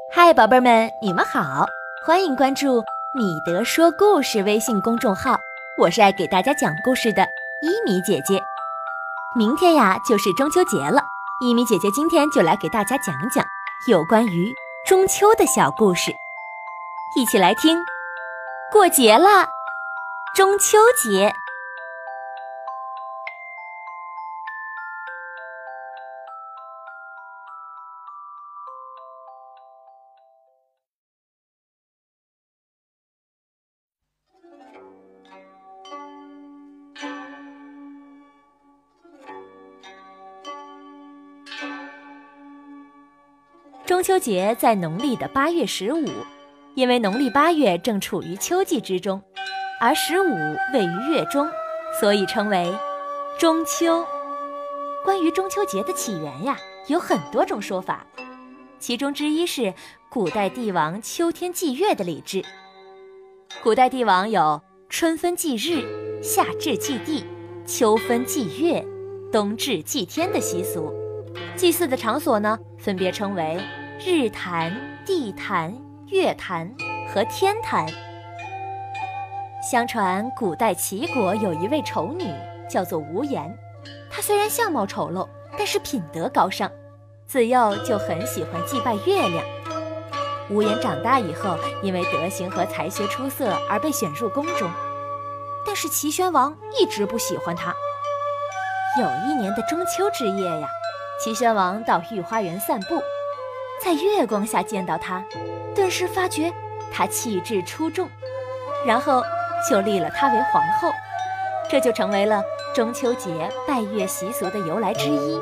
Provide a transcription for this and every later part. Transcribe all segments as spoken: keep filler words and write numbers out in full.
嗨，宝贝们，你们好，欢迎关注米德说故事微信公众号，我是爱给大家讲故事的伊米姐姐。明天呀就是中秋节了，伊米姐姐今天就来给大家讲讲有关于中秋的小故事，一起来听。过节啦，中秋节。中秋节在农历的八月十五，因为农历八月正处于秋季之中，而十五位于月中，所以称为中秋。关于中秋节的起源呀，有很多种说法，其中之一是古代帝王秋天祭月的礼制。古代帝王有春分祭日、夏至祭地、秋分祭月、冬至祭天的习俗。祭祀的场所呢，分别称为日坛、地坛、月坛和天坛。相传古代齐国有一位丑女，叫做无颜。她虽然相貌丑陋，但是品德高尚，自幼就很喜欢祭拜月亮。无颜长大以后，因为德行和才学出色而被选入宫中，但是齐宣王一直不喜欢她。有一年的中秋之夜呀，齐宣王到御花园散步，在月光下见到她，顿时发觉她气质出众，然后就立了她为皇后，这就成为了中秋节拜月习俗的由来之一。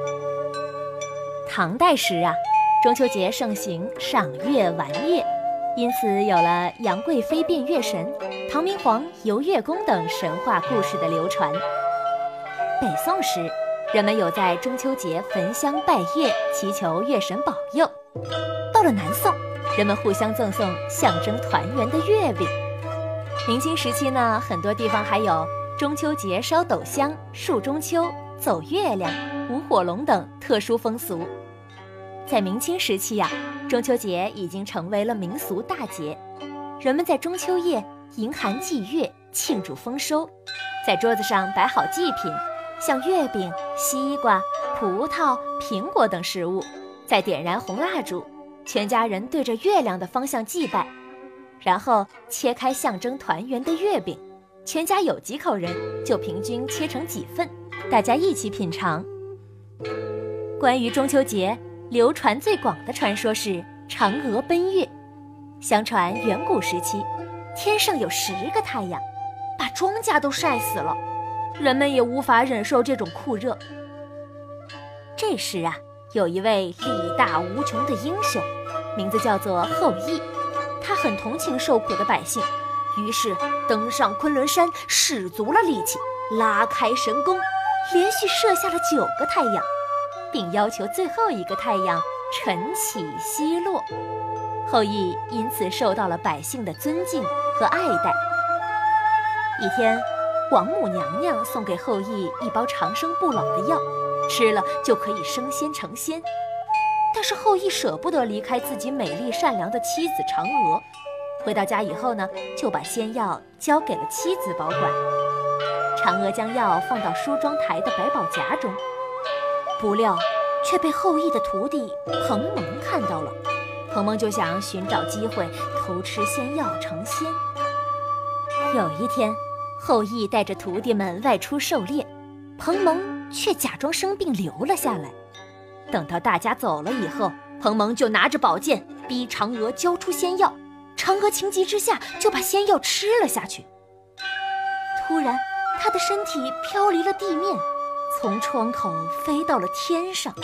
唐代时啊，中秋节盛行赏月玩月，因此有了杨贵妃变月神、唐明皇游月宫等神话故事的流传。北宋时，人们有在中秋节焚香拜月，祈求月神保佑。到了南宋，人们互相赠送象征团圆的月饼。明清时期呢，很多地方还有中秋节烧斗香、树中秋、走月亮、舞火龙等特殊风俗。在明清时期呀、啊，中秋节已经成为了民俗大节，人们在中秋夜迎寒祭月，庆祝丰收，在桌子上摆好祭品，像月饼、西瓜、葡萄、苹果等食物，再点燃红蜡烛，全家人对着月亮的方向祭拜，然后切开象征团圆的月饼，全家有几口人就平均切成几份，大家一起品尝。关于中秋节流传最广的传说是嫦娥奔月。相传远古时期，天上有十个太阳，把庄稼都晒死了，人们也无法忍受这种酷热。这时啊，有一位力大无穷的英雄，名字叫做后羿。他很同情受苦的百姓，于是登上昆仑山，使足了力气，拉开神弓，连续射下了九个太阳，并要求最后一个太阳晨起西落。后羿因此受到了百姓的尊敬和爱戴。一天，王母娘娘送给后羿一包长生不老的药，吃了就可以升仙成仙。但是后羿舍不得离开自己美丽善良的妻子嫦娥，回到家以后呢，就把仙药交给了妻子保管。嫦娥将药放到梳妆台的百宝匣中，不料却被后羿的徒弟彭蒙看到了。彭蒙就想寻找机会偷吃仙药成仙。有一天，后羿带着徒弟们外出狩猎，彭蒙却假装生病留了下来。等到大家走了以后，彭蒙就拿着宝剑逼嫦娥交出仙药，嫦娥情急之下就把仙药吃了下去。突然，她的身体飘离了地面，从窗口飞到了天上。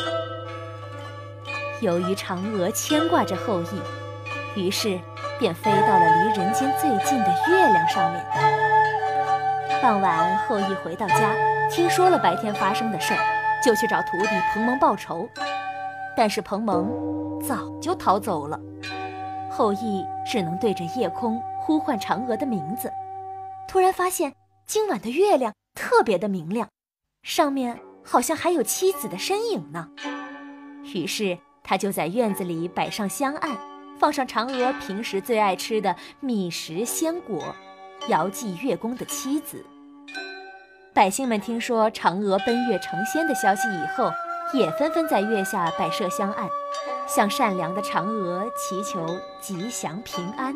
由于嫦娥牵挂着后羿，于是便飞到了离人间最近的月亮上面。傍晚，后羿回到家，听说了白天发生的事儿，就去找徒弟彭蒙报仇。但是彭蒙早就逃走了，后羿只能对着夜空呼唤嫦娥的名字。突然发现今晚的月亮特别的明亮，上面好像还有妻子的身影呢。于是他就在院子里摆上香案， 放上嫦娥平时最爱吃的米食鲜果，遥祭月宫的妻子。百姓们听说嫦娥奔月成仙的消息以后，也纷纷在月下摆设香案，向善良的嫦娥祈求吉祥平安。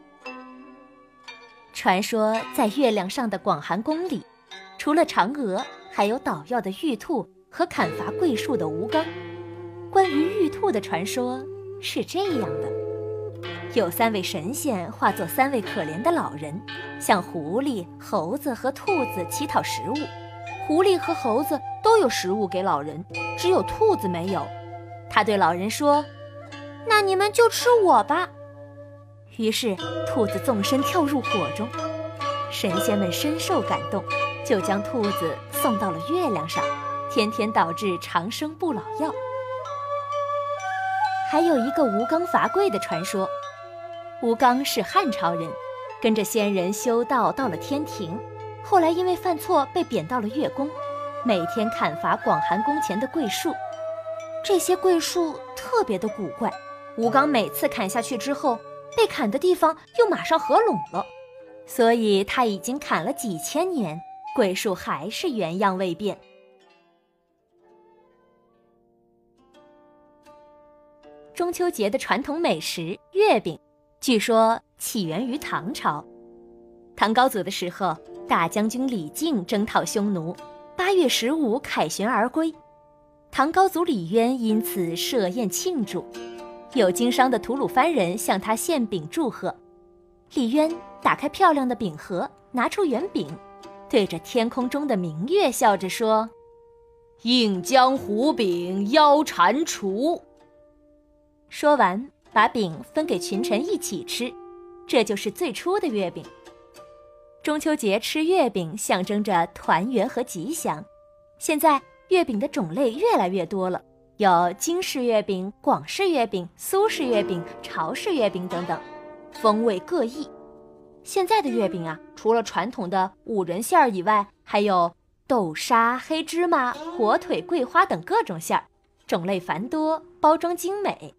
传说在月亮上的广寒宫里，除了嫦娥，还有捣药的玉兔和砍伐桂树的吴刚。关于玉兔的传说是这样的：有三位神仙化作三位可怜的老人，向狐狸、猴子和兔子乞讨食物。狐狸和猴子都有食物给老人，只有兔子没有。他对老人说：“那你们就吃我吧。”于是兔子纵身跳入火中，神仙们深受感动，就将兔子送到了月亮上，天天捣制长生不老药。还有一个吴刚伐桂的传说。吴刚是汉朝人，跟着仙人修道到了天庭，后来因为犯错被贬到了月宫，每天砍伐广寒宫前的桂树。这些桂树特别的古怪，吴刚每次砍下去之后，被砍的地方又马上合拢了，所以他已经砍了几千年，桂树还是原样未变。中秋节的传统美食月饼，据说起源于唐朝。唐高祖的时候，大将军李靖征讨匈奴，八月十五凯旋而归，唐高祖李渊因此设宴庆祝，有经商的吐鲁番人向他献饼祝贺。李渊打开漂亮的饼盒，拿出圆饼，对着天空中的明月笑着说：“应江湖饼邀蟾蜍。”说完，把饼分给群臣一起吃，这就是最初的月饼。中秋节吃月饼象征着团圆和吉祥。现在月饼的种类越来越多了，有京式月饼、广式月饼、苏式月饼、潮式月饼等等，风味各异。现在的月饼啊，除了传统的五仁馅儿以外，还有豆沙、黑芝麻、火腿、桂花等各种馅儿，种类繁多，包装精美。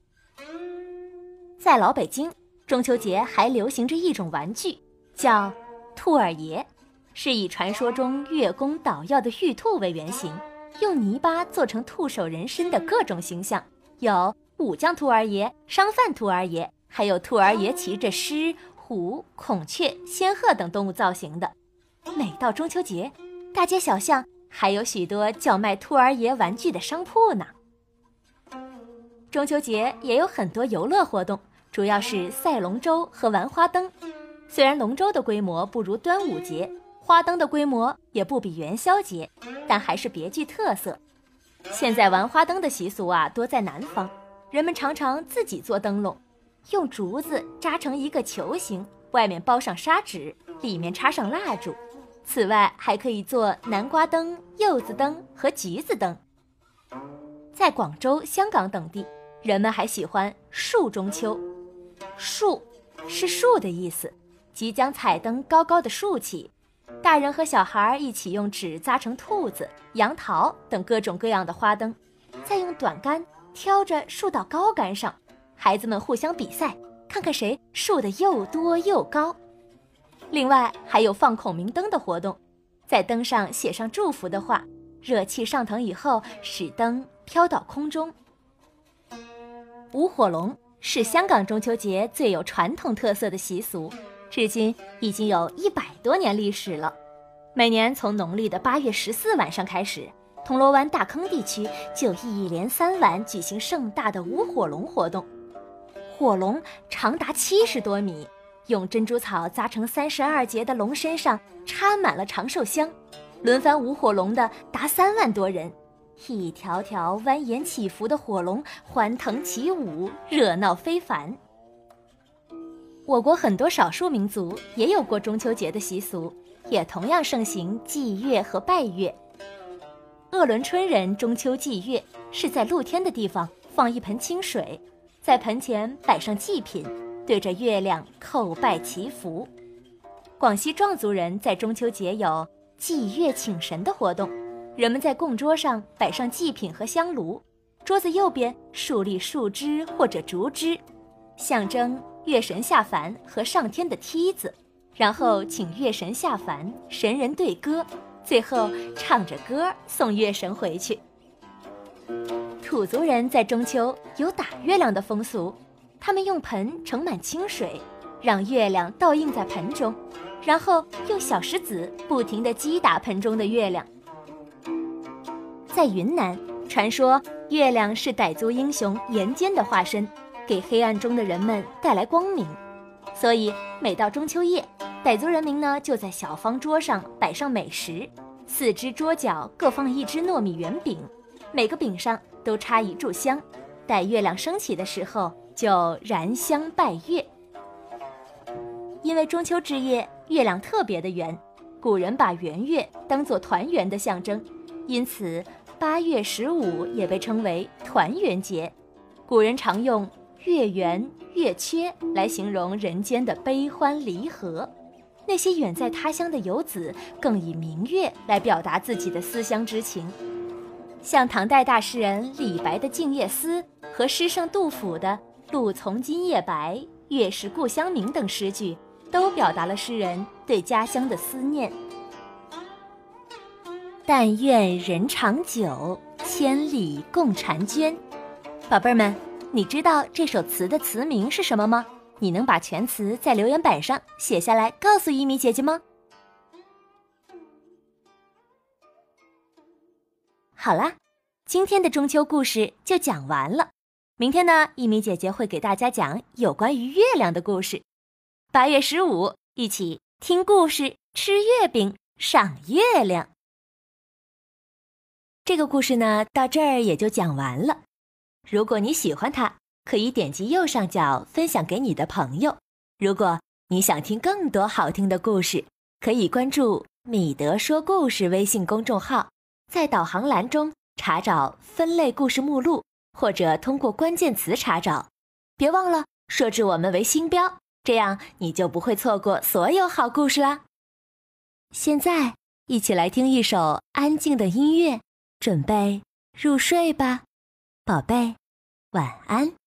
在老北京，中秋节还流行着一种玩具，叫兔儿爷，是以传说中月宫捣药的玉兔为原型，用泥巴做成兔首人身的各种形象，有武将兔儿爷、商贩兔儿爷，还有兔儿爷骑着狮、虎、孔雀、仙鹤等动物造型的。每到中秋节，大街小巷还有许多叫卖兔儿爷玩具的商铺呢。中秋节也有很多游乐活动，主要是赛龙舟和玩花灯。虽然龙舟的规模不如端午节，花灯的规模也不比元宵节，但还是别具特色。现在玩花灯的习俗啊，多在南方，人们常常自己做灯笼，用竹子扎成一个球形，外面包上砂纸，里面插上蜡烛。此外，还可以做南瓜灯、柚子灯和橘子灯。在广州、香港等地，人们还喜欢树中秋。树是树的意思，即将彩灯高高的竖起，大人和小孩一起用纸扎成兔子、杨桃等各种各样的花灯，再用短杆挑着竖到高杆上，孩子们互相比赛，看看谁竖得又多又高。另外还有放孔明灯的活动，在灯上写上祝福的话，热气上腾以后，使灯飘到空中。舞火龙是香港中秋节最有传统特色的习俗，至今已经有一百多年历史了。每年从农历的八月十四晚上开始，铜锣湾大坑地区就一连三晚举行盛大的舞火龙活动。火龙长达七十多米，用珍珠草扎成三十二节的龙身上插满了长寿香，轮番舞火龙的达三万多人。一条条蜿蜒起伏的火龙欢腾起舞，热闹非凡。我国很多少数民族也有过中秋节的习俗，也同样盛行祭月和拜月。鄂伦春人中秋祭月是在露天的地方放一盆清水，在盆前摆上祭品，对着月亮叩拜祈福。广西壮族人在中秋节有祭月请神的活动，人们在供桌上摆上祭品和香炉，桌子右边竖立树枝或者竹枝， 象征月神下凡和上天的梯子，然后请月神下凡，神人对歌，最后唱着歌送月神回去。土族人在中秋有打月亮的风俗，他们用盆盛满清水，让月亮倒映在盆中，然后用小石子不停地击打盆中的月亮。在云南，传说月亮是傣族英雄颜坚的化身，给黑暗中的人们带来光明。所以每到中秋夜，傣族人民呢就在小方桌上摆上美食，四只桌角各放一只糯米圆饼，每个饼上都插一炷香，待月亮升起的时候就燃香拜月。因为中秋之夜月亮特别的圆，古人把圆月当作团圆的象征，因此八月十五也被称为团圆节。古人常用月圆月缺来形容人间的悲欢离合，那些远在他乡的游子更以明月来表达自己的思乡之情。像唐代大诗人李白的《静夜思》和诗圣杜甫的“露从今夜白，月是故乡明”等诗句，都表达了诗人对家乡的思念。但愿人长久，千里共婵娟。宝贝儿们，你知道这首词的词名是什么吗？你能把全词在留言板上写下来告诉一米姐姐吗？好啦，今天的中秋故事就讲完了。明天呢，一米姐姐会给大家讲有关于月亮的故事。八月十五，一起听故事、吃月饼、赏月亮。这个故事呢，到这儿也就讲完了。如果你喜欢它，可以点击右上角分享给你的朋友。如果你想听更多好听的故事，可以关注米德说故事微信公众号，在导航栏中查找分类故事目录，或者通过关键词查找。别忘了设置我们为星标，这样你就不会错过所有好故事啦。现在一起来听一首安静的音乐，准备入睡吧，宝贝，晚安。